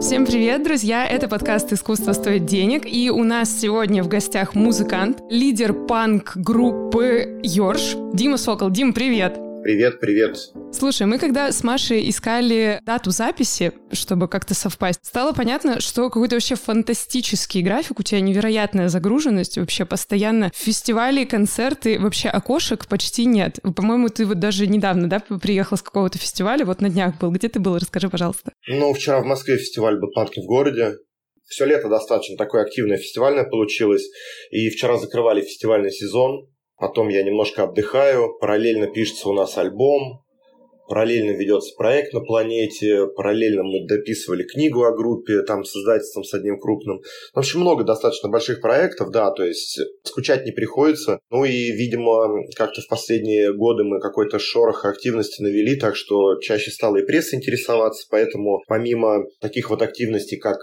Всем привет, друзья! Это подкаст «Искусство стоит денег», и у нас сегодня в гостях музыкант, лидер панк-группы «Ёрш» Дима Сокол. Дим, привет! Привет. Слушай, мы когда с Машей искали дату записи, чтобы как-то совпасть, стало понятно, что какой-то вообще фантастический график, у тебя невероятная загруженность, вообще постоянно фестивали, концерты, вообще окошек почти нет. По-моему, ты вот даже недавно, да, приехал с какого-то фестиваля, вот на днях был. Где ты был? Расскажи, пожалуйста. Вчера в Москве фестиваль был «Панки в городе». Все лето достаточно такое активное фестивальное получилось, и вчера закрывали фестивальный сезон. Потом я немножко отдыхаю, параллельно пишется у нас альбом, параллельно ведется проект на планете, параллельно мы дописывали книгу о группе, там с издательством с одним крупным. В общем, много достаточно больших проектов, да, то есть скучать не приходится. Ну и, видимо, как-то в последние годы мы какой-то шорох активности навели, так что чаще стала и пресса интересоваться, поэтому помимо таких вот активностей, как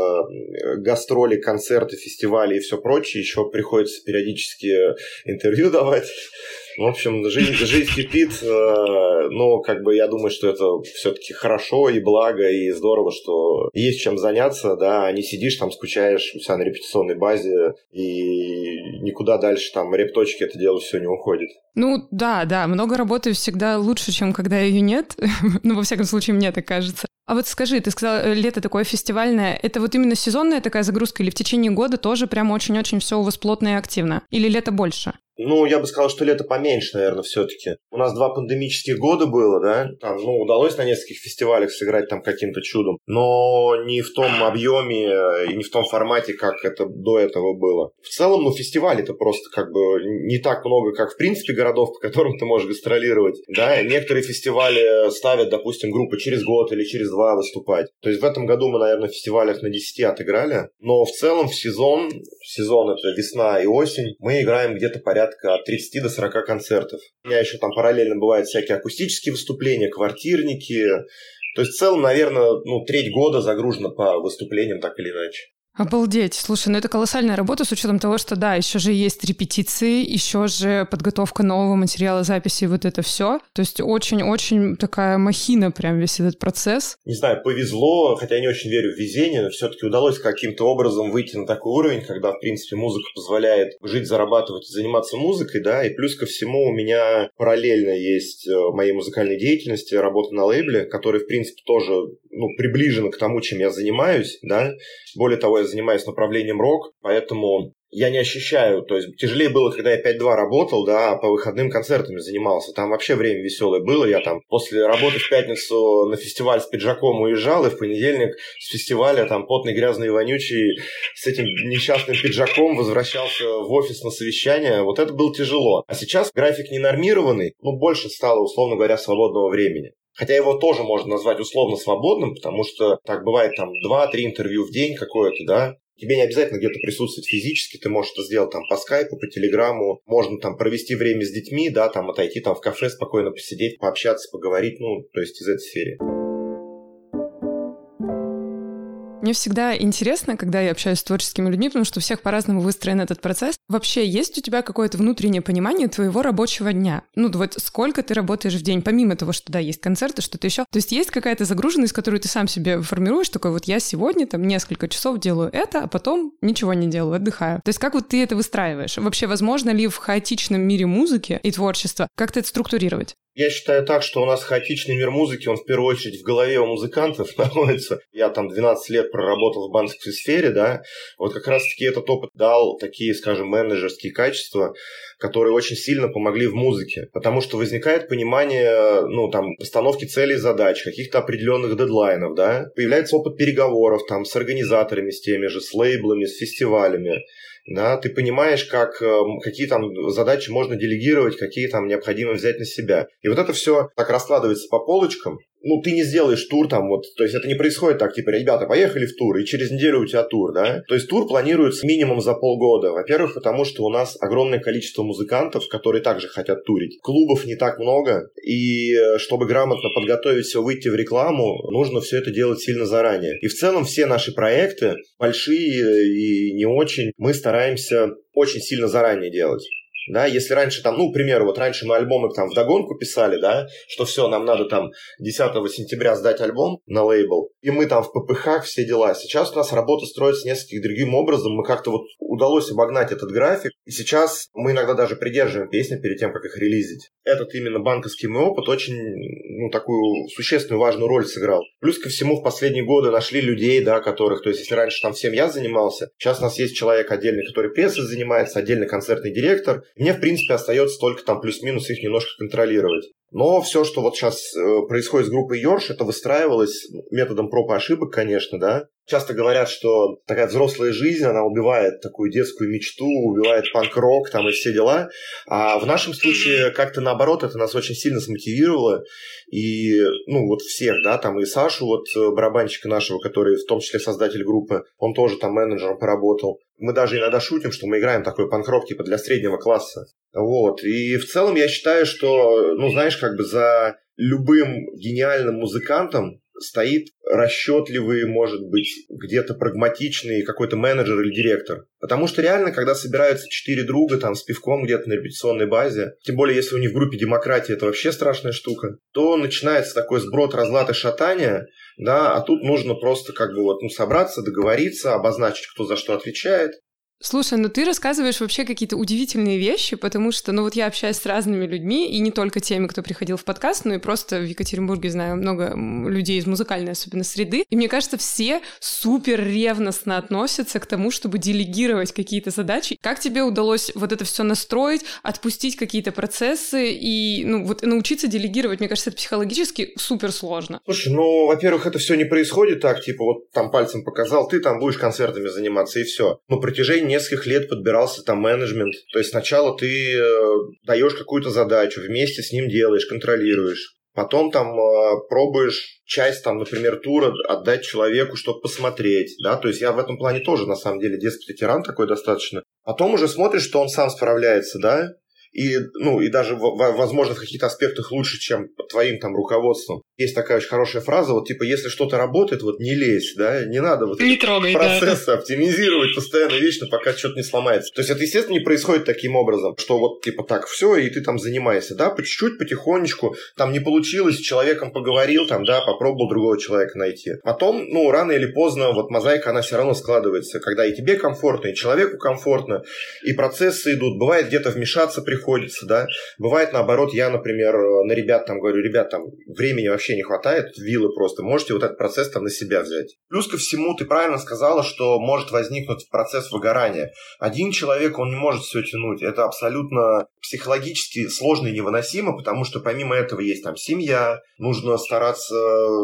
гастроли, концерты, фестивали и все прочее, еще приходится периодически интервью давать. В общем, жизнь кипит, но я думаю, что это все-таки хорошо и благо, и здорово, что есть чем заняться, да, а не сидишь там, скучаешь у себя на репетиционной базе, и никуда дальше там репточки это дело все не уходит. Да, много работы всегда лучше, чем когда ее нет, во всяком случае, мне так кажется. А вот скажи, ты сказала, лето такое фестивальное, это вот именно сезонная такая загрузка или в течение года тоже прям очень-очень все у вас плотно и активно? Или лето больше? Я бы сказал, что лето поменьше, наверное, все-таки. У нас 2 пандемических года было, да, там, удалось на нескольких фестивалях сыграть там каким-то чудом, но не в том объеме и не в том формате, как это до этого было. В целом, фестивалей это просто не так много, как в принципе городов, по которым ты можешь гастролировать, да, некоторые фестивали ставят, допустим, группы через год или через 2 выступать. То есть в этом году мы, наверное, в фестивалях на 10 отыграли, но в целом в сезон это весна и осень, мы играем где-то порядка от 30 до 40 концертов. У меня еще там параллельно бывают всякие акустические выступления, квартирники. То есть в целом, наверное, треть года загружено по выступлениям так или иначе. Обалдеть. Слушай, это колоссальная работа с учетом того, что, да, еще же есть репетиции, еще же подготовка нового материала записи, вот это все. То есть очень-очень такая махина прям весь этот процесс. Не знаю, повезло, хотя я не очень верю в везение, но все-таки удалось каким-то образом выйти на такой уровень, когда, в принципе, музыка позволяет жить, зарабатывать и заниматься музыкой, да, и плюс ко всему у меня параллельно есть моей музыкальной деятельности работа на лейбле, который, в принципе, тоже, приближена к тому, чем я занимаюсь, да. Более того, я занимаюсь направлением рок, поэтому я не ощущаю, то есть тяжелее было, когда я 5-2 работал, да, а по выходным концертами занимался. Там вообще время веселое было. Я там после работы в пятницу на фестиваль с пиджаком уезжал, и в понедельник с фестиваля там потный, грязный, вонючий с этим несчастным пиджаком возвращался в офис на совещание. Вот это было тяжело. А сейчас график ненормированный, больше стало, условно говоря, свободного времени. Хотя его тоже можно назвать условно свободным, потому что так бывает там 2-3 интервью в день какое-то, да. Тебе не обязательно где-то присутствовать физически, ты можешь это сделать там по скайпу, по телеграмму, можно там провести время с детьми, да, там отойти там в кафе, спокойно посидеть, пообщаться, поговорить, то есть из этой сферы. Мне всегда интересно, когда я общаюсь с творческими людьми, потому что у всех по-разному выстроен этот процесс. Вообще, есть у тебя какое-то внутреннее понимание твоего рабочего дня? Вот сколько ты работаешь в день, помимо того, что, да, есть концерты, что-то еще. То есть есть какая-то загруженность, которую ты сам себе формируешь, такой вот я сегодня там несколько часов делаю это, а потом ничего не делаю, отдыхаю. То есть как вот ты это выстраиваешь? Вообще, возможно ли в хаотичном мире музыки и творчества как-то это структурировать? Я считаю так, что у нас хаотичный мир музыки, он в первую очередь в голове у музыкантов находится. Я там 12 лет проработал в банковской сфере, да, вот как раз-таки этот опыт дал такие, скажем, менеджерские качества, которые очень сильно помогли в музыке, потому что возникает понимание, постановки целей, задач, каких-то определенных дедлайнов, да, появляется опыт переговоров там с организаторами, с теми же, с лейблами, с фестивалями. Да, ты понимаешь, какие там задачи можно делегировать, какие там необходимо взять на себя. И вот это все так раскладывается по полочкам. Ты не сделаешь тур там то есть это не происходит так, типа, ребята, поехали в тур, и через неделю у тебя тур, да? То есть тур планируется минимум за полгода. Во-первых, потому что у нас огромное количество музыкантов, которые также хотят турить. Клубов не так много, и чтобы грамотно подготовить все, выйти в рекламу, нужно все это делать сильно заранее. И в целом все наши проекты, большие и не очень, мы стараемся очень сильно заранее делать. Да, если раньше там, ну, к примеру, вот раньше мы альбомы там вдогонку писали, да, что все, нам надо там 10 сентября сдать альбом на лейбл, и мы там в ППХ все дела. Сейчас у нас работа строится несколько другим образом, мы как-то вот удалось обогнать этот график, и сейчас мы иногда даже придерживаем песни перед тем, как их релизить. Этот именно банковский мой опыт очень, ну, такую существенную, важную роль сыграл. Плюс ко всему в последние годы нашли людей, да, которых, то есть если раньше там всем я занимался, сейчас у нас есть человек отдельный, который прессой занимается, отдельный концертный директор. Мне, в принципе, остается только там плюс-минус их немножко контролировать. Но все, что вот сейчас происходит с группой Йорш, это выстраивалось методом проб и ошибок, конечно, да. Часто говорят, что такая взрослая жизнь, она убивает такую детскую мечту, убивает панк-рок там и все дела. А в нашем случае как-то наоборот, это нас очень сильно смотивировало. И, ну, вот всех, да, там и Сашу, вот барабанщика нашего, который в том числе создатель группы, он тоже там менеджером поработал. Мы даже иногда шутим, что мы играем такой панк-рок типа для среднего класса. Вот. И в целом я считаю, что, ну, знаешь, как бы за любым гениальным музыкантом стоит расчетливый, может быть, где-то прагматичный какой-то менеджер или директор. Потому что реально, когда собираются 4 друга там с пивком где-то на репетиционной базе, тем более, если у них в группе демократия, это вообще страшная штука, то начинается такой сброд, разлад и шатание, да, а тут нужно просто как бы вот, ну, собраться, договориться, обозначить, кто за что отвечает. Слушай, ну ты рассказываешь вообще какие-то удивительные вещи, потому что, ну вот я общаюсь с разными людьми, и не только теми, кто приходил в подкаст, но и просто в Екатеринбурге знаю много людей из музыкальной, особенно среды, и мне кажется, все супер ревностно относятся к тому, чтобы делегировать какие-то задачи. Как тебе удалось вот это все настроить, отпустить какие-то процессы и, ну вот, научиться делегировать? Мне кажется, это психологически супер сложно. Слушай, ну, во-первых, это все не происходит так, типа вот там пальцем показал, ты там будешь концертами заниматься, и все. На протяжении нескольких лет подбирался там менеджмент. То есть сначала ты даешь какую-то задачу, вместе с ним делаешь, контролируешь. Потом там пробуешь часть, там, например, тура отдать человеку, чтобы посмотреть. Да? То есть я в этом плане тоже, на самом деле, детский ветеран такой достаточно. Потом уже смотришь, что он сам справляется, да? И, ну, и даже, возможно, в каких-то аспектах лучше, чем под твоим там руководством. Есть такая очень хорошая фраза, вот типа, если что-то работает, вот не лезь, да, не надо вот не трогай, процессы оптимизировать постоянно, вечно, пока что-то не сломается. То есть это, естественно, не происходит таким образом, что вот типа так, все, и ты там занимаешься, да, по чуть-чуть, потихонечку, там не получилось, с человеком поговорил, там, да, попробовал другого человека найти. Потом, ну, рано или поздно, вот мозаика, она все равно складывается, когда и тебе комфортно, и человеку комфортно, и процессы идут, бывает где-то вмешаться приходится, да, бывает наоборот, я, например, на ребят там говорю, ребят, там, времени вообще не хватает, вилы просто, можете вот этот процесс там на себя взять. Плюс ко всему, ты правильно сказала, что может возникнуть процесс выгорания. Один человек, он не может все тянуть, это абсолютно психологически сложно и невыносимо, потому что помимо этого есть там семья, нужно стараться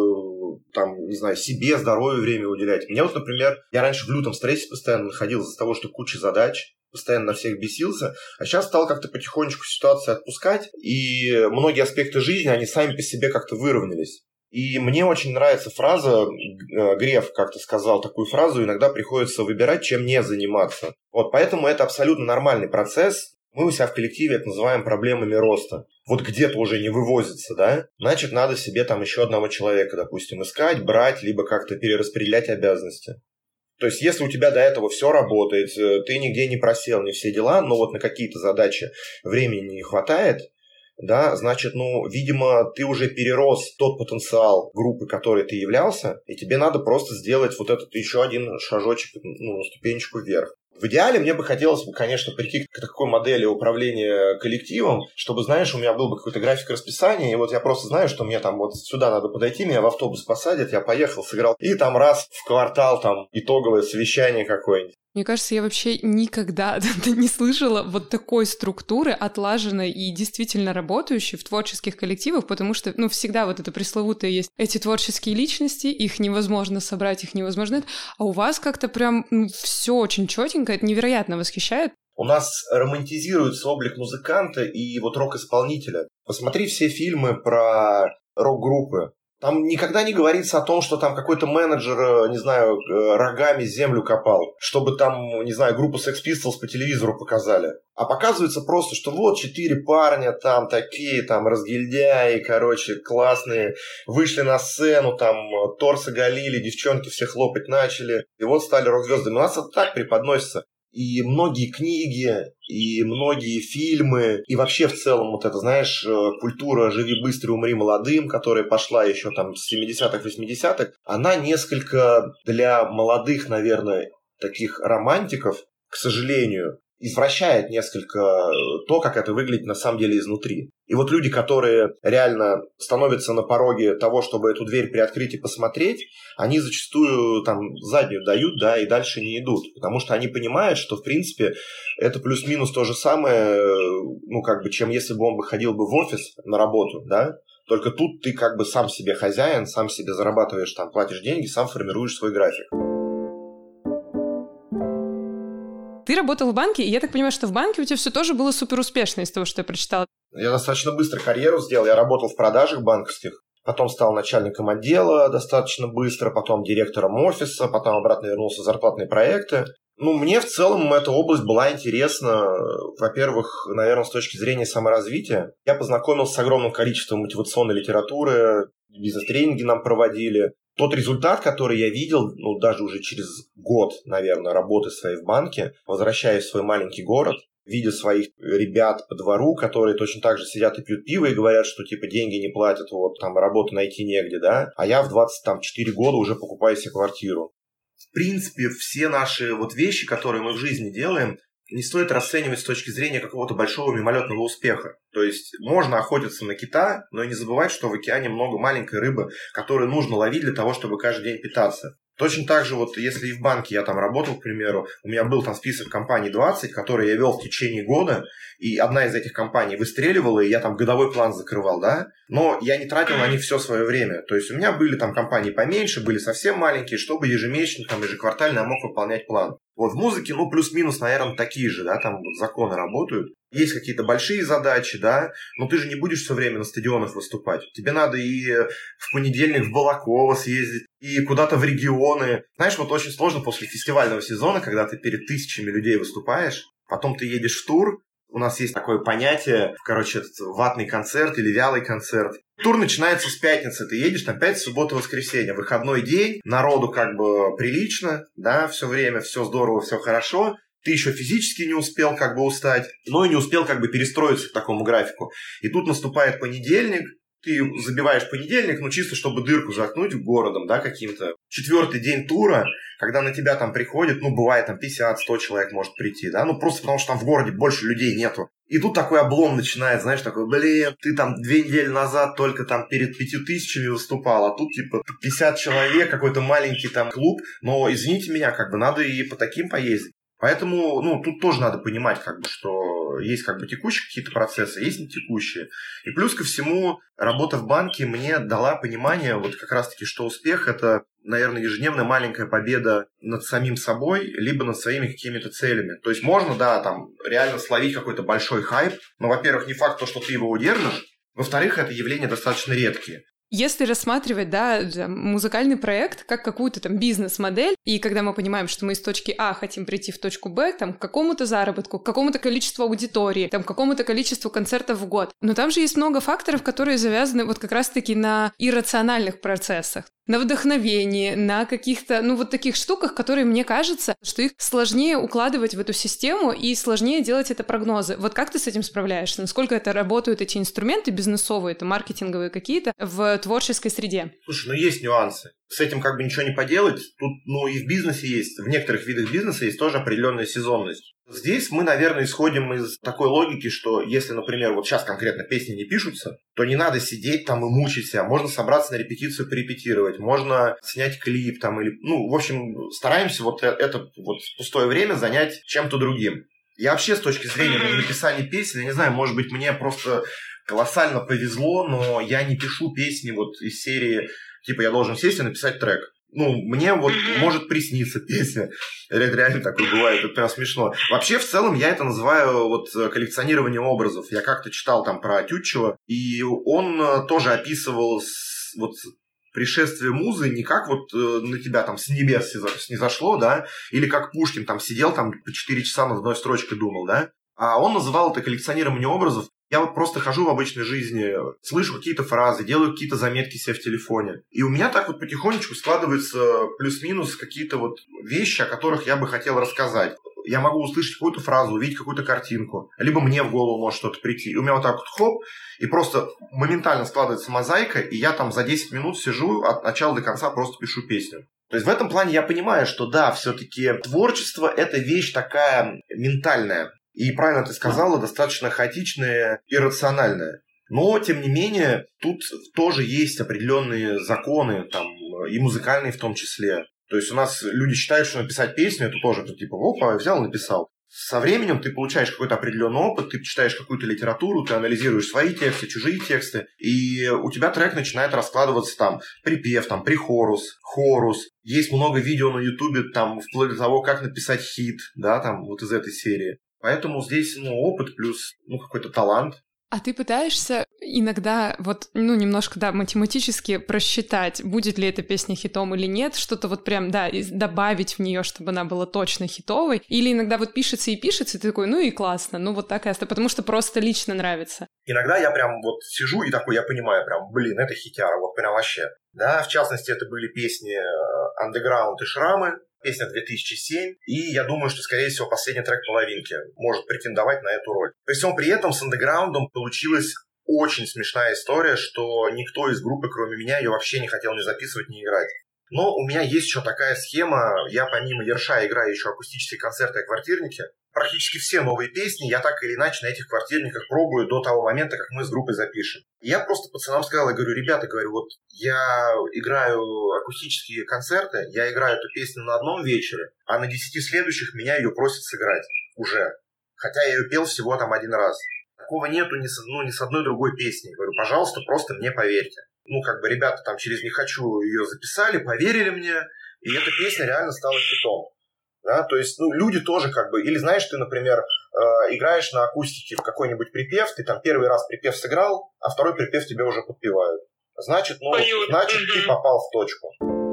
там, не знаю, себе, здоровью время уделять. Мне вот, например, я раньше в лютом стрессе постоянно находился из-за того, что куча задач, постоянно на всех бесился, а сейчас стал как-то потихонечку ситуацию отпускать, и многие аспекты жизни, они сами по себе как-то выровнялись. И мне очень нравится фраза, Греф как-то сказал такую фразу, иногда приходится выбирать, чем не заниматься. Вот, поэтому это абсолютно нормальный процесс. Мы у себя в коллективе это называем проблемами роста. Вот где-то уже не вывозится, да? Значит, надо себе там еще одного человека, допустим, искать, брать, либо как-то перераспределять обязанности. То есть, если у тебя до этого все работает, ты нигде не просел, не все дела, но вот на какие-то задачи времени не хватает, да, значит, ну, видимо, ты уже перерос тот потенциал группы, которой ты являлся, и тебе надо просто сделать вот этот еще один шажочек, ну, на ступенечку вверх. В идеале мне бы хотелось, конечно, прийти к такой модели управления коллективом, чтобы, знаешь, у меня был бы какой-то график расписания, и вот я просто знаю, что мне там вот сюда надо подойти, меня в автобус посадят, я поехал, сыграл, и там раз в квартал там итоговое совещание какое-нибудь. Мне кажется, я вообще никогда не слышала вот такой структуры, отлаженной и действительно работающей в творческих коллективах, потому что, ну, всегда вот это пресловутое есть эти творческие личности, их невозможно собрать, их невозможно... А у вас как-то прям все очень чётенько, это невероятно восхищает. У нас романтизируется облик музыканта и вот рок-исполнителя. Посмотри все фильмы про рок-группы. Там никогда не говорится о том, что там какой-то менеджер, не знаю, рогами землю копал, чтобы там, не знаю, группу Sex Pistols по телевизору показали. А показывается просто, что вот 4 парня там такие, там разгильдяи, короче, классные, вышли на сцену, там торсы голили, девчонки все хлопать начали, и вот стали рок-звездами. У нас это так преподносится. И многие книги, и многие фильмы, и вообще в целом вот это, знаешь, культура «живи быстро, умри молодым», которая пошла еще там с 70-х, 80-х, она несколько для молодых, наверное, таких романтиков, к сожалению, извращает несколько то, как это выглядит на самом деле изнутри. И вот люди, которые реально становятся на пороге того, чтобы эту дверь приоткрыть и посмотреть, они зачастую там заднюю дают, да, и дальше не идут. Потому что они понимают, что, в принципе, это плюс-минус то же самое, ну, как бы, чем если бы он бы ходил бы в офис на работу, да. Только тут ты как бы сам себе хозяин, сам себе зарабатываешь, там, платишь деньги, сам формируешь свой график. Ты работал в банке, и я так понимаю, что в банке у тебя все тоже было супер успешно из того, что я прочитала. Я достаточно быстро карьеру сделал. Я работал в продажах банковских, потом стал начальником отдела достаточно быстро, потом директором офиса, потом обратно вернулся в зарплатные проекты. Ну, мне в целом эта область была интересна, во-первых, наверное, с точки зрения саморазвития. Я познакомился с огромным количеством мотивационной литературы, бизнес-тренинги нам проводили. Тот результат, который я видел, ну, даже уже через год, наверное, работы своей в банке, возвращаясь в свой маленький город, видя своих ребят по двору, которые точно так же сидят и пьют пиво и говорят, что типа деньги не платят, вот там работу найти негде, да, а я в 24 года уже покупаю себе квартиру. В принципе, все наши вот вещи, которые мы в жизни делаем, не стоит расценивать с точки зрения какого-то большого мимолетного успеха. То есть можно охотиться на кита, но и не забывать, что в океане много маленькой рыбы, которую нужно ловить для того, чтобы каждый день питаться. Точно так же, вот если и в банке я там работал, к примеру, у меня был там список компаний 20, которые я вел в течение года, и одна из этих компаний выстреливала, и я там годовой план закрывал, да, но я не тратил на них все свое время. То есть у меня были там компании поменьше, были совсем маленькие, чтобы ежемесячно, там, ежеквартально я мог выполнять план. Вот в музыке, ну, плюс-минус, наверное, такие же, да, там вот законы работают. Есть какие-то большие задачи, да, но ты же не будешь все время на стадионах выступать. Тебе надо и в понедельник в Балаково съездить, и куда-то в регионы. Знаешь, вот очень сложно после фестивального сезона, когда ты перед тысячами людей выступаешь, потом ты едешь в тур. У нас есть такое понятие, короче, этот ватный концерт или вялый концерт. Тур начинается с пятницы, ты едешь там пятница, суббота, воскресенье, выходной день, народу как бы прилично, да, все время, все здорово, все хорошо. Ты еще физически не успел как бы устать, но и не успел как бы перестроиться к такому графику. И тут наступает понедельник, ты забиваешь понедельник, ну чисто чтобы дырку заткнуть городом, да, каким-то. 4-й день тура, когда на тебя там приходит, ну бывает там 50-100 человек может прийти, да, ну просто потому что там в городе больше людей нету. И тут такой облом начинает, знаешь, такой, блин, ты там 2 недели назад только там перед 5000 выступал, а тут типа 50 человек, какой-то маленький там клуб, но извините меня, как бы надо и по таким поездить. Поэтому, ну, тут тоже надо понимать, как бы, что есть как бы текущие какие-то процессы, есть не текущие. И плюс ко всему, работа в банке мне дала понимание, вот как раз-таки, что успех – это, наверное, ежедневная маленькая победа над самим собой, либо над своими какими-то целями. То есть можно, да, там, реально словить какой-то большой хайп, но, во-первых, не факт то, что ты его удержишь, во-вторых, это явления достаточно редкие. Если рассматривать, да, музыкальный проект как какую-то там бизнес-модель, и когда мы понимаем, что мы из точки А хотим прийти в точку Б, там, к какому-то заработку, к какому-то количеству аудитории, там, к какому-то количеству концертов в год. Но там же есть много факторов, которые завязаны вот как раз-таки на иррациональных процессах, на вдохновении, на каких-то, ну, вот таких штуках, которые, мне кажется, что их сложнее укладывать в эту систему и сложнее делать это прогнозы. Вот как ты с этим справляешься? Насколько это работают эти инструменты бизнесовые, это маркетинговые какие-то в творческой среде? Слушай, ну есть нюансы. С этим как бы ничего не поделать. Тут, ну, и в бизнесе есть, в некоторых видах бизнеса есть тоже определенная сезонность. Здесь мы, наверное, исходим из такой логики, что если, например, вот сейчас конкретно песни не пишутся, то не надо сидеть там и мучить себя. Можно собраться на репетицию, порепетировать, можно снять клип там или... Ну, в общем, стараемся вот это вот пустое время занять чем-то другим. Я вообще с точки зрения написания песен, я не знаю, может быть, мне просто колоссально повезло, но я не пишу песни вот из серии, типа, я должен сесть и написать трек. Ну, мне вот может присниться песня. Это реально такое бывает, это прям смешно. Вообще, в целом, я это называю вот коллекционированием образов. Я как-то читал там про Тютчева, и он тоже описывал вот пришествие музы не как вот на тебя там с небес снизошло, да, или как Пушкин там сидел там по 4 часа над одной строчкой думал, да, а он называл это коллекционированием образов. Я вот просто хожу в обычной жизни, слышу какие-то фразы, делаю какие-то заметки себе в телефоне. И у меня так вот потихонечку складываются плюс-минус какие-то вот вещи, о которых я бы хотел рассказать. я могу услышать какую-то фразу, увидеть какую-то картинку, либо мне в голову может что-то прийти. И у меня вот так вот хоп, и просто моментально складывается мозаика, и я там за 10 минут сижу от начала до конца, просто пишу песню. То есть в этом плане я понимаю, что да, все-таки творчество – это вещь такая ментальная. И правильно ты сказала, достаточно хаотичная и рациональная. Но, тем не менее, тут тоже есть определенные законы, там, и музыкальные в том числе. То есть у нас люди считают, что написать песню – это тоже типа, опа, взял, написал. Со временем ты получаешь какой-то определенный опыт, ты читаешь какую-то литературу, ты анализируешь свои тексты, чужие тексты, и у тебя трек начинает раскладываться там припев, там прихорус, хорус. Есть много видео на Ютубе, там, вплоть до того, как написать хит, да, там, вот из этой серии. Поэтому здесь, опыт плюс, какой-то талант. А ты пытаешься иногда немножко, математически просчитать, будет ли эта песня хитом или нет, что-то вот прям, добавить в нее, чтобы она была точно хитовой, или иногда вот пишется, и ты такой, и классно, вот так и оставь, потому что просто лично нравится. Иногда я прям вот сижу и такой, я понимаю прям, это хитяра, вот прям вообще. Да, в частности, это были песни Underground и Шрамы, песня 2007, и я думаю, что, скорее всего, последний трек «Половинки» может претендовать на эту роль. При всем при этом с «Андеграундом» получилась очень смешная история, что никто из группы, кроме меня, ее вообще не хотел ни записывать, ни играть. Но у меня есть еще такая схема, я помимо Ерша играю еще акустические концерты и квартирники. Практически все новые песни я так или иначе на этих квартирниках пробую до того момента, как мы с группой запишем. И я просто пацанам сказал, я говорю, ребята, вот я играю акустические концерты, я играю эту песню на одном вечере, а на 10 следующих меня ее просят сыграть уже. Хотя я ее пел всего там один раз. Такого нету ни с одной другой песней. Говорю, пожалуйста, просто мне поверьте. Ребята там через «Не хочу» ее записали, поверили мне, и эта песня реально стала хитом. Да, то есть, люди тоже или знаешь, ты, например, играешь на акустике в какой-нибудь припев, ты там первый раз припев сыграл, а второй припев тебе уже подпевают. Значит, ты попал в точку.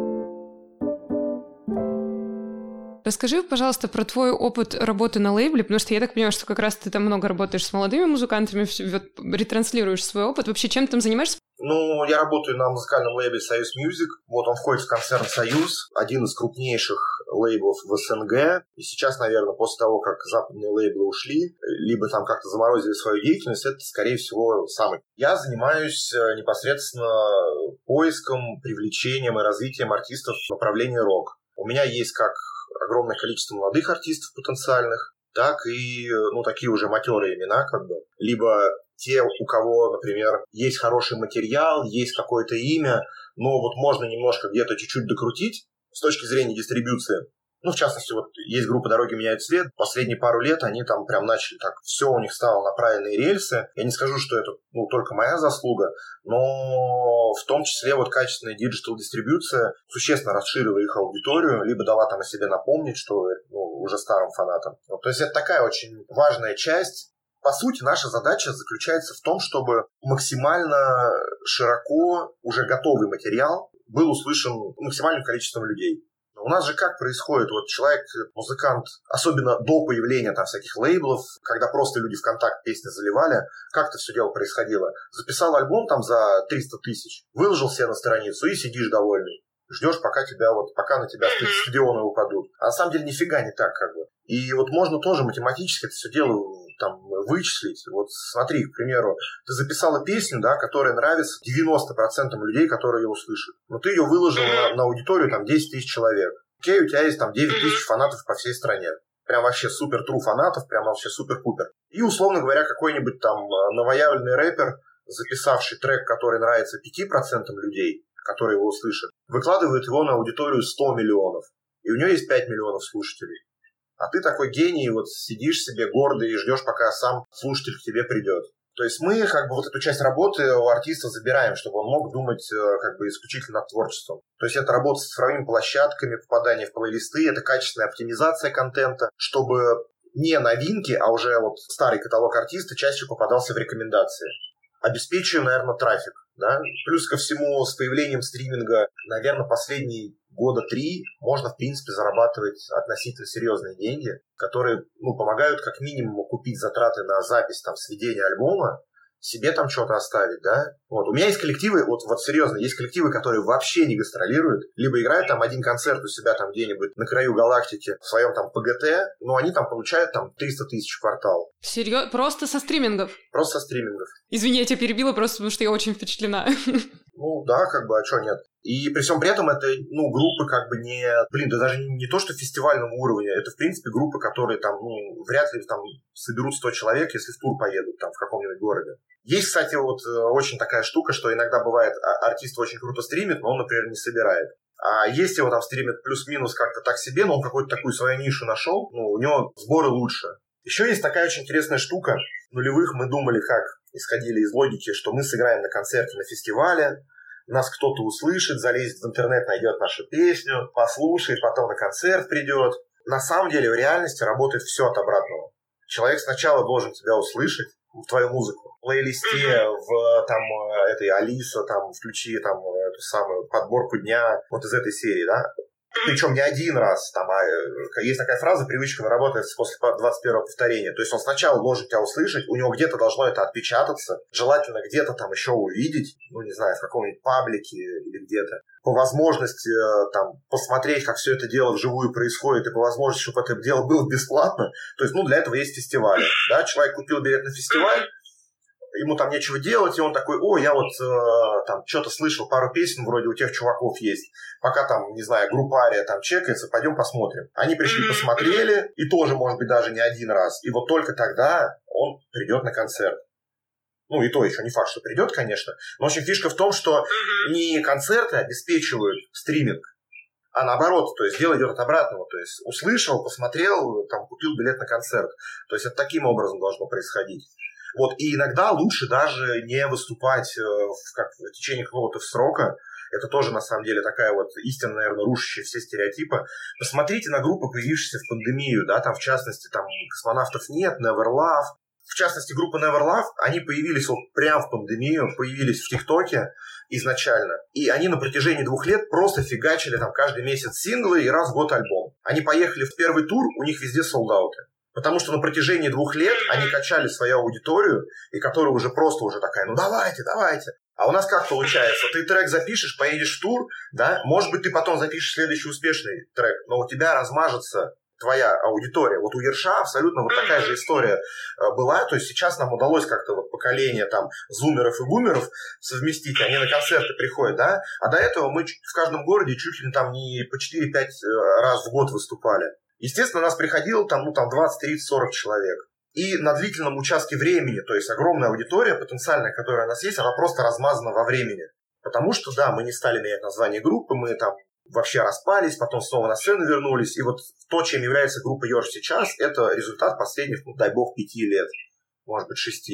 Расскажи, пожалуйста, про твой опыт работы на лейбле, потому что я так понимаю, что как раз ты там много работаешь с молодыми музыкантами, ретранслируешь свой опыт. Вообще, чем ты там занимаешься? Я работаю на музыкальном лейбле «Союз Мьюзик». Вот он входит в концерн «Союз», один из крупнейших лейблов в СНГ. И сейчас, наверное, после того, как западные лейблы ушли, либо там как-то заморозили свою деятельность, это, скорее всего, самый. Я занимаюсь непосредственно поиском, привлечением и развитием артистов в направлении рок. У меня есть как огромное количество молодых артистов потенциальных, так и, такие уже матерые имена, либо те, у кого, например, есть хороший материал, есть какое-то имя, но можно немножко где-то чуть-чуть докрутить с точки зрения дистрибьюции. В частности, есть группа «Дороги меняют цвет». Последние пару лет они там прям начали так, все у них стало на правильные рельсы. Я не скажу, что это только моя заслуга, но в том числе качественная диджитал-дистрибьюция существенно расширила их аудиторию, либо дала там о себе напомнить, что уже старым фанатам. То есть это такая очень важная часть. По сути, наша задача заключается в том, чтобы максимально широко уже готовый материал был услышан максимальным количеством людей. У нас же как происходит? Человек, музыкант, особенно до появления там всяких лейблов, когда просто люди ВКонтакте песни заливали, как это все дело происходило? Записал альбом там за 300 тысяч, выложил себе на страницу и сидишь довольный. Ждешь, пока на тебя стадионы упадут. А на самом деле нифига не так И можно тоже математически это все дело там вычислить. Смотри, к примеру, ты записала песню, да, которая нравится 90% людей, которые ее услышат. Но ты ее выложил на аудиторию там 10 тысяч человек. Окей, у тебя есть там 9 тысяч фанатов по всей стране. Прям вообще супер-тру фанатов, прям вообще супер-пупер. И, условно говоря, какой-нибудь там новоявленный рэпер, записавший трек, который нравится 5% людей, которые его услышат, выкладывает его на аудиторию 100 миллионов. И у него есть 5 миллионов слушателей. А ты такой гений, сидишь себе гордый и ждешь, пока сам слушатель к тебе придет. То есть мы эту часть работы у артиста забираем, чтобы он мог думать исключительно над творчеством. То есть это работа с цифровыми площадками, попадание в плейлисты, это качественная оптимизация контента, чтобы не новинки, а уже старый каталог артиста чаще попадался в рекомендации. Обеспечиваем, наверное, трафик. Да? Плюс ко всему, с появлением стриминга, наверное, последние года 3 можно, в принципе, зарабатывать относительно серьезные деньги, которые помогают как минимум купить затраты на запись, сведение альбома, себе там что-то оставить, да. Вот. У меня есть коллективы, вот серьезно, есть коллективы, которые вообще не гастролируют, либо играют там один концерт у себя там где-нибудь на краю галактики в своем там ПГТ, но они там получают там 300 тысяч в квартал. Серьезно? Просто со стримингов? Просто со стримингов. Извини, я тебя перебила просто потому, что я очень впечатлена. Ну да, как бы, а что нет? И при всем при этом это, группы как бы не... да даже не то, что фестивального уровня, это, в принципе, группы, которые там, вряд ли там соберут 100 человек, если в тур поедут там в каком-нибудь городе. Есть, кстати, вот очень такая штука, что иногда бывает, артист очень круто стримит, но он, например, не собирает. А есть его там стримит плюс-минус как-то так себе, но он какую-то такую свою нишу нашел, у него сборы лучше. Еще есть такая очень интересная штука. В нулевых мы думали, как исходили из логики, что мы сыграем на концерте, на фестивале, нас кто-то услышит, залезет в интернет, найдет нашу песню, послушает, потом на концерт придет. На самом деле в реальности работает все от обратного. Человек сначала должен тебя услышать, твою музыку. В плейлисте, в там этой Алиса, там включи там эту самую подборку дня, вот из этой серии, да. Причем не один раз, там, есть такая фраза, привычка наработается после 21-го повторения. То есть он сначала должен тебя услышать, у него где-то должно это отпечататься, желательно где-то там еще увидеть, не знаю, в каком-нибудь паблике или где-то. По возможности там посмотреть, как все это дело вживую происходит, и по возможности, чтобы это дело было бесплатно. То есть, для этого есть фестивали. Да? Человек купил билет на фестиваль, ему там нечего делать, и он такой, я вот там что-то слышал, пару песен вроде у тех чуваков есть. Пока там, не знаю, группария там чекается, пойдем посмотрим. Они пришли, посмотрели, и тоже, может быть, даже не один раз. И вот только тогда он придет на концерт. И то еще не факт, что придет, конечно. Но, в общем, фишка в том, что не концерты обеспечивают стриминг, а наоборот, то есть дело идет от обратного. То есть услышал, посмотрел, там, купил билет на концерт. То есть это таким образом должно происходить. Вот, и иногда лучше даже не выступать в течение какого-то срока. Это тоже, на самом деле, такая вот истина, наверное, рушащая все стереотипы. Посмотрите на группы, появившиеся в пандемию, да, там, в частности, там, «Космонавтов нет», «Neverlove». В частности, группа Neverlove, они появились вот прямо в пандемию, появились в ТикТоке изначально. И они на протяжении 2 лет просто фигачили там каждый месяц синглы и раз в год альбом. Они поехали в первый тур, у них везде солдауты. Потому что на протяжении 2 лет они качали свою аудиторию, и которая уже просто уже такая, давайте. А у нас как получается? Ты трек запишешь, поедешь в тур, да? Может быть, ты потом запишешь следующий успешный трек, но у тебя размажется твоя аудитория. Вот у Ерша абсолютно вот такая же история была. То есть сейчас нам удалось как-то вот поколение там зумеров и бумеров совместить. Они на концерты приходят, да? А до этого мы в каждом городе чуть ли не там не по 4-5 раз в год выступали. Естественно, нас приходило там 20, 30, 40 человек. И на длительном участке времени, то есть огромная аудитория потенциальная, которая у нас есть, она просто размазана во времени. Потому что, да, мы не стали менять название группы, мы там вообще распались, потом снова на сцену вернулись. И вот то, чем является группа Ерш сейчас, это результат последних, дай бог, 5 лет, может быть, 6.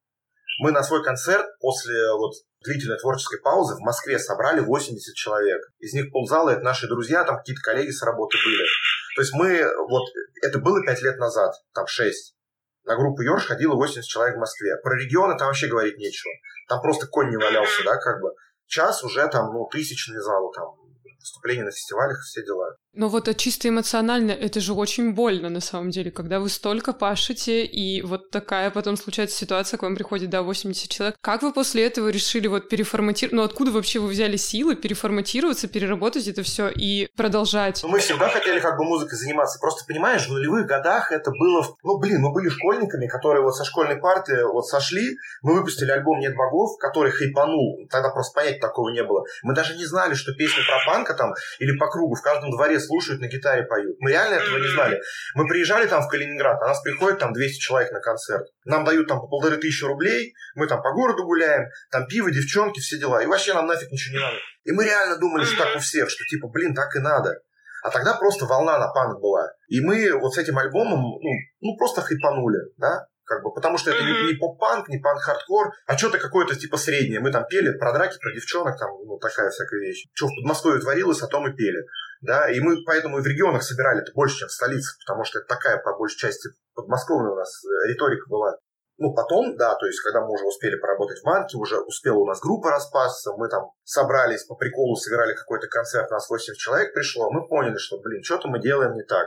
Мы на свой концерт после вот длительной творческой паузы в Москве собрали 80 человек. Из них ползала это наши друзья, там какие-то коллеги с работы были. То есть это было 5 лет назад, там 6. На группу Ерш ходило 80 человек в Москве. Про регионы там вообще говорить нечего. Там просто конь не валялся, да, как бы. Сейчас уже там, тысячные залы, там, выступления на фестивалях, все дела. Но вот чисто эмоционально это же очень больно на самом деле, когда вы столько пашете, и вот такая потом случается ситуация, к вам приходит, 80 человек. Как вы после этого решили переформатировать? Откуда вообще вы взяли силы переформатироваться, переработать это все и продолжать? Мы всегда хотели музыкой заниматься. Просто, понимаешь, в нулевых годах это было... мы были школьниками, которые со школьной парты сошли. Мы выпустили альбом «Нет богов», который хайпанул. Тогда просто понятия такого не было. Мы даже не знали, что песни про панка там или по кругу в каждом дворе слушают, на гитаре поют. Мы реально этого не знали. Мы приезжали там в Калининград, а нас приходит там 200 человек на концерт. Нам дают там по 1500 рублей, мы там по городу гуляем, там пиво, девчонки, все дела. И вообще нам нафиг ничего не надо. И мы реально думали, что так у всех, что так и надо. А тогда просто волна на панк была. И мы с этим альбомом, просто хайпанули, да? Потому что это не поп-панк, не панк-хардкор, а что-то какое-то среднее. Мы там пели про драки, про девчонок, там, такая всякая вещь. Что в Подмосковье творилось, о том и пели. Да, и мы поэтому и в регионах собирали это больше, чем в столицах, потому что это такая, по большей части, подмосковная у нас риторика была. Потом, да, то есть, когда мы уже успели поработать в Манке, уже успела у нас группа распасться, мы там собрались по приколу, сыграли какой-то концерт, нас 80 человек пришло, мы поняли, что, что-то мы делаем не так.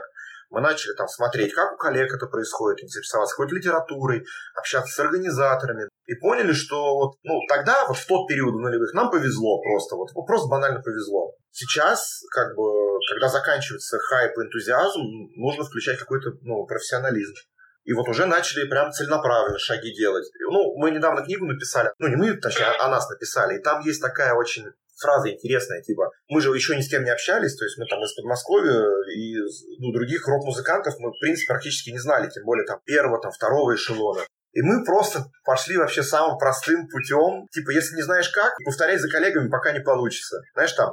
Мы начали там смотреть, как у коллег это происходит, интересоваться какой-то литературой, общаться с организаторами. И поняли, что вот, тогда, вот в тот период нулевых, нам повезло просто, вот просто банально повезло. Сейчас, как бы, когда заканчивается хайп и энтузиазм, нужно включать какой-то, профессионализм. И вот уже начали прям целенаправленно шаги делать. Мы недавно книгу написали, не мы, точнее, о нас написали, и там есть такая очень фраза интересная, типа, мы же еще ни с кем не общались, то есть мы там из Подмосковья и других рок-музыкантов мы, в принципе, практически не знали, тем более там первого, там второго эшелона. И мы просто пошли вообще самым простым путем. Типа, если не знаешь как, повторяй за коллегами, пока не получится. Знаешь, там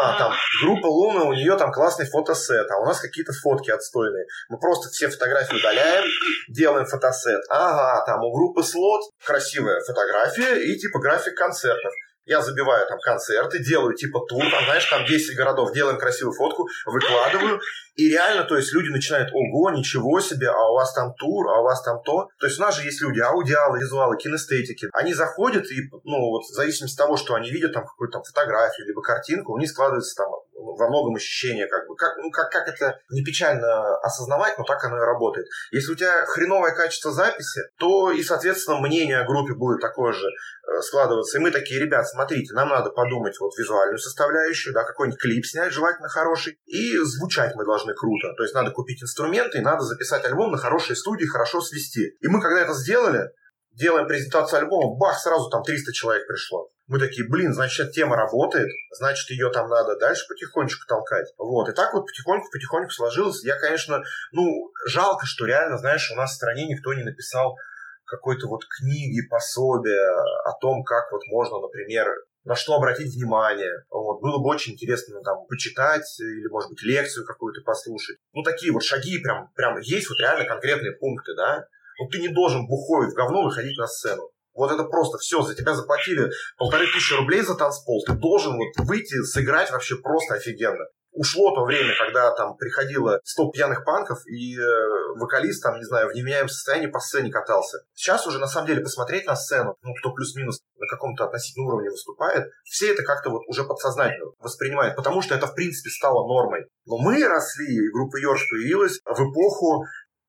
группа Луна, у нее там классный фотосет, а у нас какие-то фотки отстойные. Мы просто все фотографии удаляем, делаем фотосет. Там у группы Слот красивая фотография и типа график концертов. Я забиваю там концерты, делаю типа тур, там, знаешь, там 10 городов, делаем красивую фотку, выкладываю. И реально, то есть люди начинают, ого, ничего себе, а у вас там тур, а у вас там то. То есть у нас же есть люди, аудиалы, визуалы, кинестетики. Они заходят и, в зависимости от того, что они видят, там какую-то там фотографию, либо картинку, у них складывается там во многом ощущение, как бы, как это не печально осознавать, но так оно и работает. Если у тебя хреновое качество записи, то и, соответственно, мнение о группе будет такое же складываться. И мы такие, ребят, смотрите, нам надо подумать вот визуальную составляющую, да, какой-нибудь клип снять, желательно хороший, и звучать мы должны круто. То есть надо купить инструменты, и надо записать альбом на хорошей студии, хорошо свести. И мы, когда это сделали, делаем презентацию альбома, бах, сразу там 300 человек пришло. Мы такие, значит, тема работает, значит, ее там надо дальше потихонечку толкать. Вот, и так вот потихоньку сложилось. Я, конечно, жалко, что реально, знаешь, у нас в стране никто не написал какой-то вот книги, пособия о том, как вот можно, например, на что обратить внимание. Вот. Было бы очень интересно там почитать или, может быть, лекцию какую-то послушать. Такие вот шаги прям есть вот реально конкретные пункты, да. Ты не должен бухой в говно выходить на сцену. Вот это просто все, за тебя заплатили 1500 рублей за танцпол, ты должен вот выйти, сыграть вообще просто офигенно. Ушло то время, когда там приходило 100 пьяных панков, и вокалист, там, не знаю, в невменяемом состоянии по сцене катался. Сейчас уже, на самом деле, посмотреть на сцену, кто плюс-минус на каком-то относительном уровне выступает, все это как-то вот уже подсознательно воспринимают, потому что это, в принципе, стало нормой. Но мы росли, и группа Йорш появилась в эпоху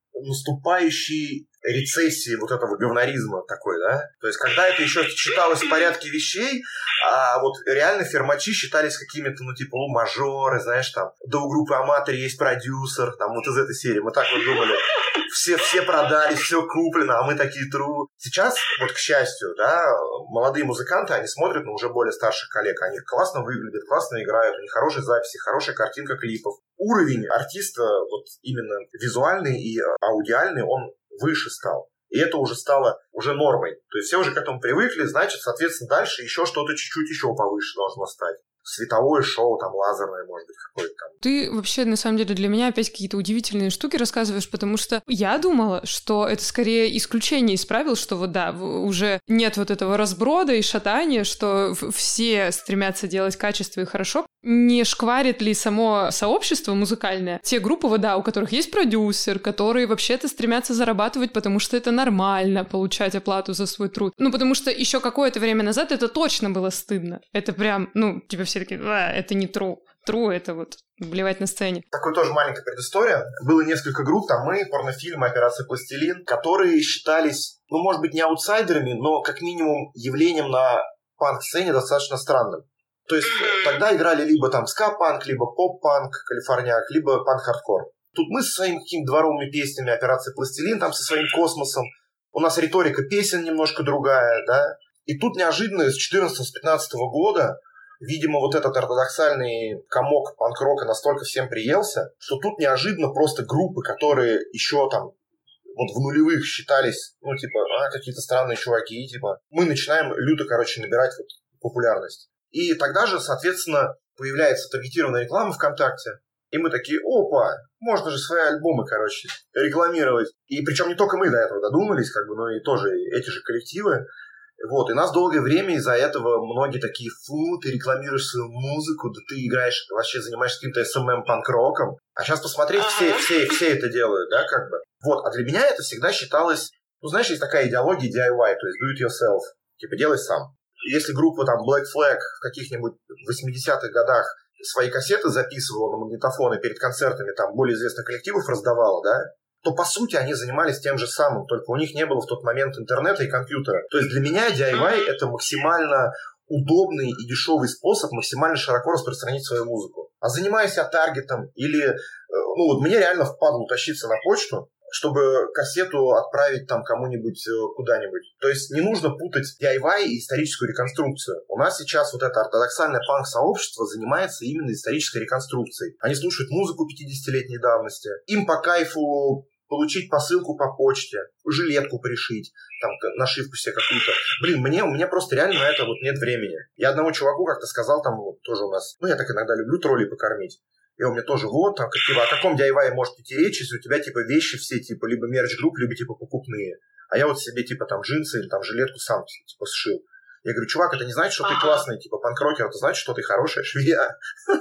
наступающей рецессии вот этого говноризма такой, да? То есть, когда это еще считалось в порядке вещей, а вот реально фермачи считались какими-то, типа, мажоры, знаешь, там, да у группы Аматори есть продюсер, там, вот из этой серии. Мы так вот думали, все продались, все куплено, а мы такие тру. Сейчас, вот, к счастью, да, молодые музыканты, они смотрят на уже более старших коллег, они классно выглядят, классно играют, у них хорошие записи, хорошая картинка клипов. Уровень артиста, вот, именно визуальный и аудиальный, он выше стал. И это уже стало уже нормой. То есть все уже к этому привыкли, значит, соответственно, дальше еще что-то чуть-чуть еще повыше должно стать. Световое шоу, там, лазерное, может быть, какое-то там. Ты вообще, на самом деле, для меня опять какие-то удивительные штуки рассказываешь, потому что я думала, что это скорее исключение из правил, что вот да, уже нет вот этого разброда и шатания, что все стремятся делать качество и хорошо. Не шкварит ли само сообщество музыкальное те группы, вот, да, у которых есть продюсер, которые вообще-то стремятся зарабатывать, потому что это нормально, получать оплату за свой труд. Потому что еще какое-то время назад это точно было стыдно. Это прям, типа все такие, это не true. True — это вот блевать на сцене. Такой тоже маленькая предыстория. Было несколько групп, там мы, порнофильм, Операция Пластилин, которые считались, может быть, не аутсайдерами, но как минимум явлением на панк-сцене достаточно странным. То есть тогда играли либо там ска-панк, либо поп-панк, калифорняк, либо панк-хардкор. Тут мы со своими какими-то дворовыми песнями, Операция Пластилин, там со своим космосом. У нас риторика песен немножко другая, да. И тут неожиданно с 14-15 года, видимо, вот этот ортодоксальный комок панк-рока настолько всем приелся, что тут неожиданно просто группы, которые еще там вот в нулевых считались, какие-то странные чуваки, типа, мы начинаем люто, набирать вот популярность. И тогда же, соответственно, появляется таргетированная реклама ВКонтакте. И мы такие, опа, можно же свои альбомы, рекламировать. И причем не только мы до этого додумались, но и тоже эти же коллективы. Вот, и нас долгое время из-за этого многие такие, ты рекламируешь свою музыку, да ты играешь, вообще занимаешься каким-то СММ-панк-роком. А сейчас посмотреть, все это делают, да, Вот, а для меня это всегда считалось, знаешь, есть такая идеология DIY, то есть do it yourself, типа делай сам. Если группа там Black Flag в каких-нибудь 80-х годах свои кассеты записывала на магнитофоны перед концертами там более известных коллективов раздавала, да, то, по сути, они занимались тем же самым, только у них не было в тот момент интернета и компьютера. То есть для меня DIY — это максимально удобный и дешевый способ максимально широко распространить свою музыку. А занимаясь я таргетом или... мне реально впадло тащиться на почту, чтобы кассету отправить там кому-нибудь куда-нибудь. То есть не нужно путать DIY и историческую реконструкцию. У нас сейчас вот это ортодоксальное панк-сообщество занимается именно исторической реконструкцией. Они слушают музыку 50-летней давности. Им по кайфу получить посылку по почте, жилетку пришить, там, нашивку себе какую-то. У меня просто реально на это вот нет времени. Я одному чуваку как-то сказал, там вот тоже у нас, я так иногда люблю троллей покормить. И он мне тоже, там, о каком DIY может идти речь, если у тебя, вещи все, либо мерч-групп, либо, покупные. А я вот себе, там, джинсы или, там, жилетку сам, сшил. Я говорю, чувак, это не значит, что ты классный, панк-рокер, это значит, что ты хорошая швея.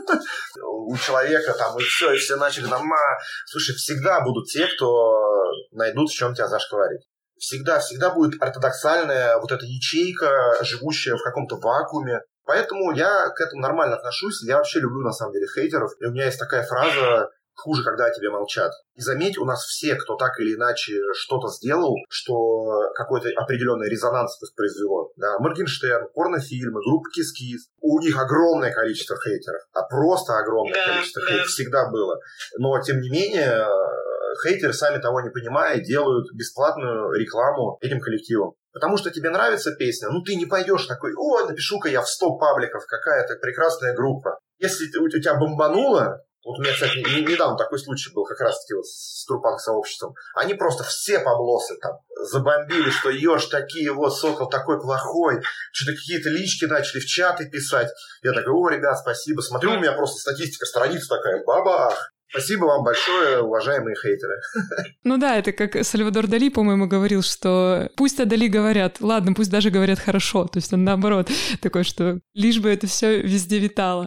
У человека там, и все начали там, слушай, всегда будут те, кто найдут, в чем тебя зашкварить. Всегда будет ортодоксальная вот эта ячейка, живущая в каком-то вакууме. Поэтому я к этому нормально отношусь. Я вообще люблю, на самом деле, хейтеров. И у меня есть такая фраза: хуже, когда о тебе молчат. И заметь, у нас все, кто так или иначе что-то сделал, что какой-то определенный резонанс произвело. Да, Моргенштерн, порнофильмы, группа Кис-Кис. У них огромное количество хейтеров. А огромное количество хейтеров всегда было. Но, тем не менее, хейтеры, сами того не понимая, делают бесплатную рекламу этим коллективам. Потому что тебе нравится песня, ты не пойдешь такой: напишу-ка я в 100 пабликов, какая-то прекрасная группа. Если у тебя бомбануло, вот у меня, кстати, недавно такой случай был как раз-таки вот с трупанк-сообществом, они просто все паблосы там забомбили, что ешь такие, Сокол такой плохой, что-то какие-то лички начали в чаты писать. Я такой: ребят, спасибо. Смотрю, у меня просто статистика, страница такая, бабах. Спасибо вам большое, уважаемые хейтеры. Это как Сальвадор Дали, по-моему, говорил, что пусть о Дали говорят, ладно, пусть даже говорят хорошо. То есть он наоборот такой, что лишь бы это все везде витало.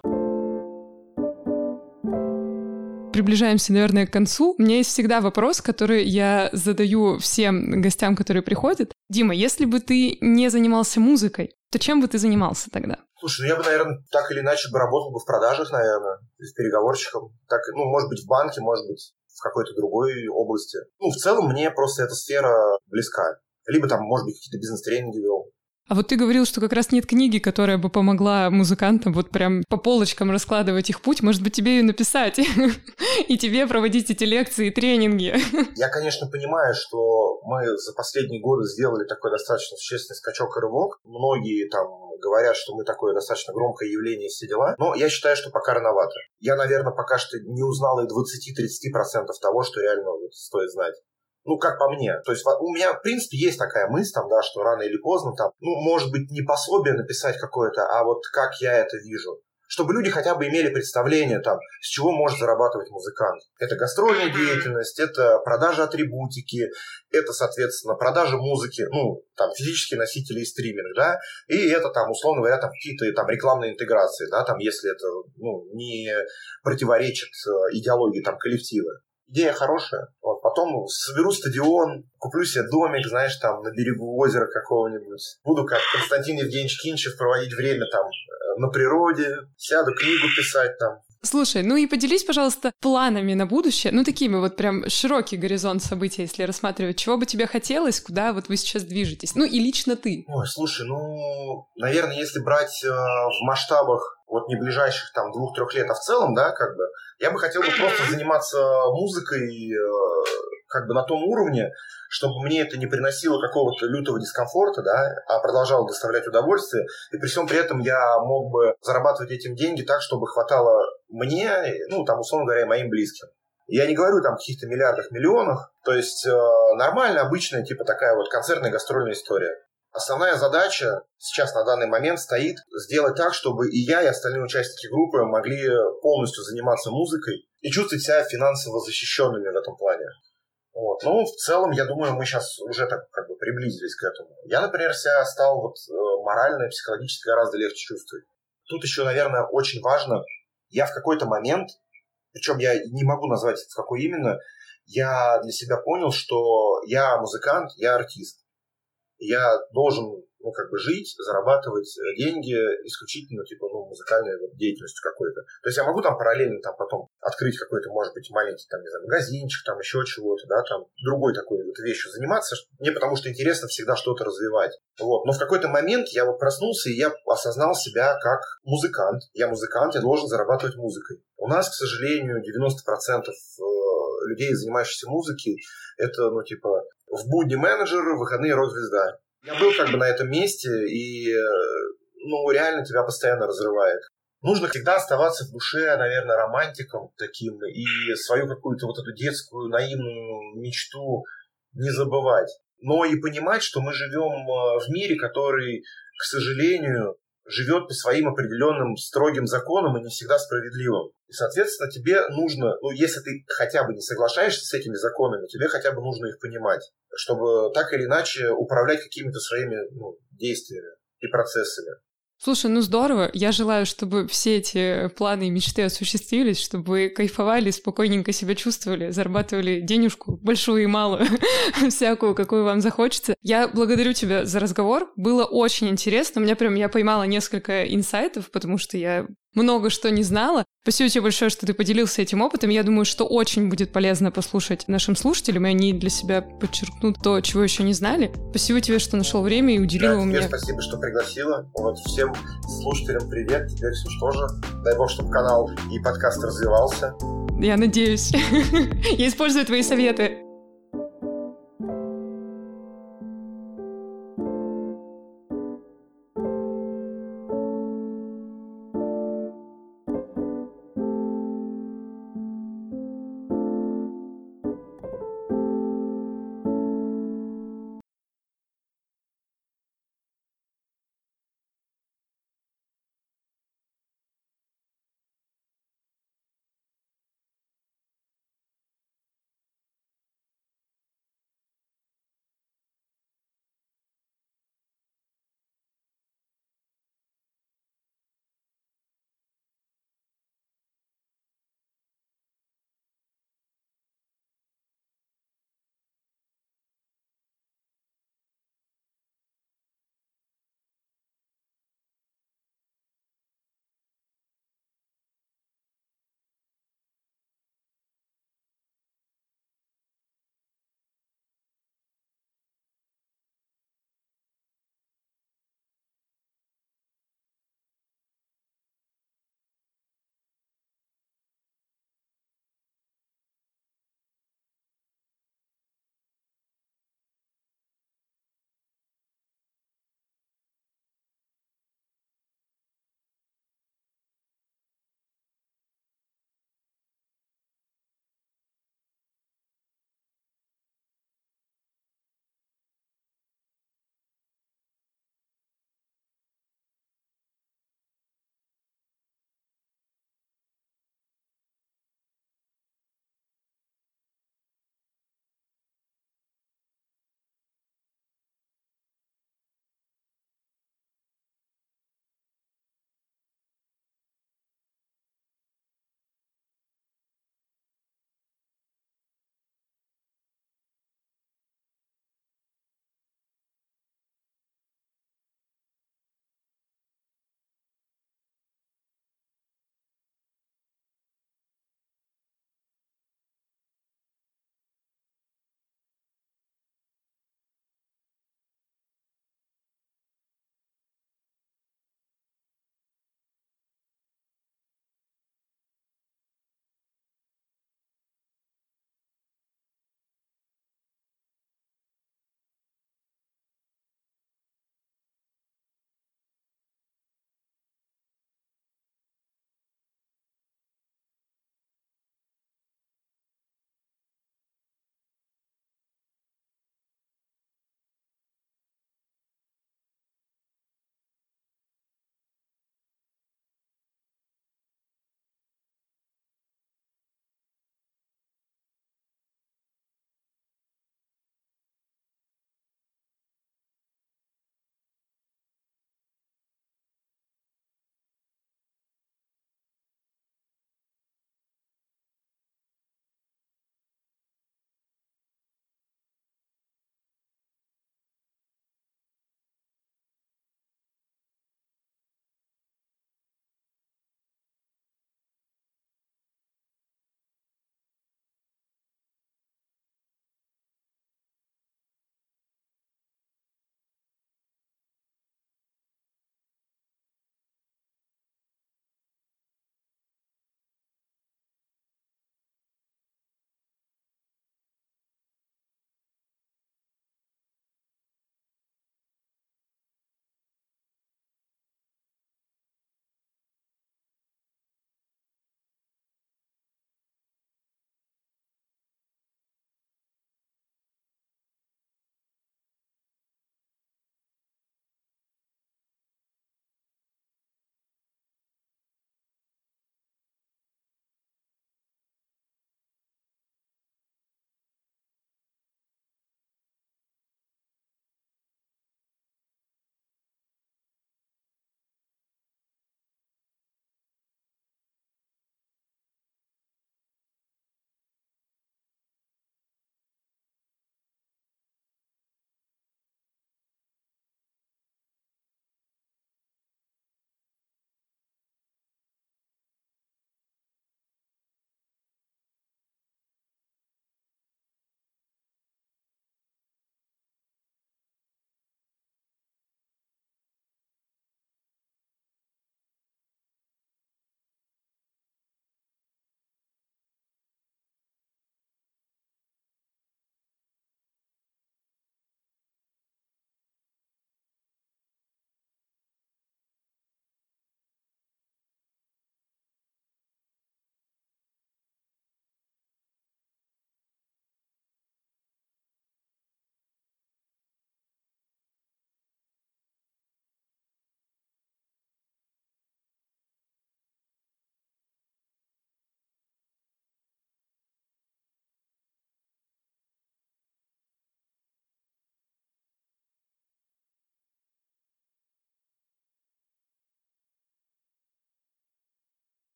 Приближаемся, наверное, к концу. У меня есть всегда вопрос, который я задаю всем гостям, которые приходят. Дима, если бы ты не занимался музыкой, то чем бы ты занимался тогда? Слушай, я бы, наверное, так или иначе работал бы в продажах, наверное, с переговорщиком. Так, может быть, в банке, может быть, в какой-то другой области. В целом, мне просто эта сфера близка. Либо там, может быть, какие-то бизнес-тренинги вел. А вот ты говорил, что как раз нет книги, которая бы помогла музыкантам вот прям по полочкам раскладывать их путь. Может быть, тебе ее написать и тебе проводить эти лекции и тренинги. Я, конечно, понимаю, что мы за последние годы сделали такой достаточно существенный скачок и рывок. Многие там говорят, что мы такое достаточно громкое явление и все дела. Но я считаю, что пока рановато. Я, наверное, пока что не узнал и 20-30% того, что реально стоит знать. Как по мне. То есть у меня, в принципе, есть такая мысль, что рано или поздно, может быть, не пособие написать какое-то, а вот как я это вижу. Чтобы люди хотя бы имели представление, с чего может зарабатывать музыкант. Это гастрольная деятельность, это продажа атрибутики, это, соответственно, продажа музыки, физические носители и стриминг, да, и это, условно говоря, какие-то рекламные интеграции, да, если это, не противоречит идеологии, коллектива. Идея хорошая. Потом соберу стадион, куплю себе домик, знаешь, на берегу озера какого-нибудь. Буду, как Константин Евгеньевич Кинчев, проводить время на природе, сяду книгу писать Слушай, и поделись, пожалуйста, планами на будущее, такими вот прям широкий горизонт событий, если рассматривать, чего бы тебе хотелось, куда вот вы сейчас движетесь, и лично ты. Ой, слушай, наверное, если брать в масштабах не ближайших 2-3 лет, а в целом, да, я бы хотел просто заниматься музыкой на том уровне, чтобы мне это не приносило какого-то лютого дискомфорта, да, а продолжало доставлять удовольствие, и при всем при этом я мог бы зарабатывать этим деньги так, чтобы хватало мне, условно говоря, и моим близким. Я не говорю о каких-то миллиардах, миллионах, то есть нормальная, обычная, такая концертная гастрольная история. Основная задача сейчас на данный момент стоит сделать так, чтобы и я, и остальные участники группы могли полностью заниматься музыкой и чувствовать себя финансово защищенными в этом плане. В целом, я думаю, мы сейчас уже так приблизились к этому. Я, например, себя стал морально и психологически гораздо легче чувствовать. Тут еще, наверное, очень важно, я в какой-то момент, причем я не могу назвать, в какой именно, я для себя понял, что я музыкант, я артист. Я должен жить, зарабатывать деньги исключительно, музыкальной деятельностью какой-то. То есть я могу там параллельно потом открыть какой-то, может быть, маленький, магазинчик, еще чего-то, да, другой такой вещью заниматься, мне потому что интересно всегда что-то развивать. Но в какой-то момент я проснулся, и я осознал себя как музыкант. Я музыкант, я должен зарабатывать музыкой. У нас, к сожалению, 90% людей, занимающихся музыкой, это, в будни менеджер, в выходные рок-звезда. Я был на этом месте, и, реально тебя постоянно разрывает. Нужно всегда оставаться в душе, наверное, романтиком таким, и свою какую-то эту детскую наивную мечту не забывать. Но и понимать, что мы живем в мире, который, к сожалению, живет по своим определенным строгим законам и не всегда справедливым. И, соответственно, тебе нужно, если ты хотя бы не соглашаешься с этими законами, тебе хотя бы нужно их понимать, чтобы так или иначе управлять какими-то своими действиями и процессами. Слушай, здорово. Я желаю, чтобы все эти планы и мечты осуществились, чтобы вы кайфовали, спокойненько себя чувствовали, зарабатывали денежку, большую и малую, всякую, какую вам захочется. Я благодарю тебя за разговор. Было очень интересно. Я поймала несколько инсайтов, потому что я много что не знала. Спасибо тебе большое, что ты поделился этим опытом. Я думаю, что очень будет полезно послушать нашим слушателям, и они для себя подчеркнут то, чего еще не знали. Спасибо тебе, что нашел время и уделила мне... Спасибо, что пригласила. Всем слушателям привет. Тебе, Ксюш, тоже. Дай бог, чтобы канал и подкаст развивался. Я надеюсь. Я использую твои советы.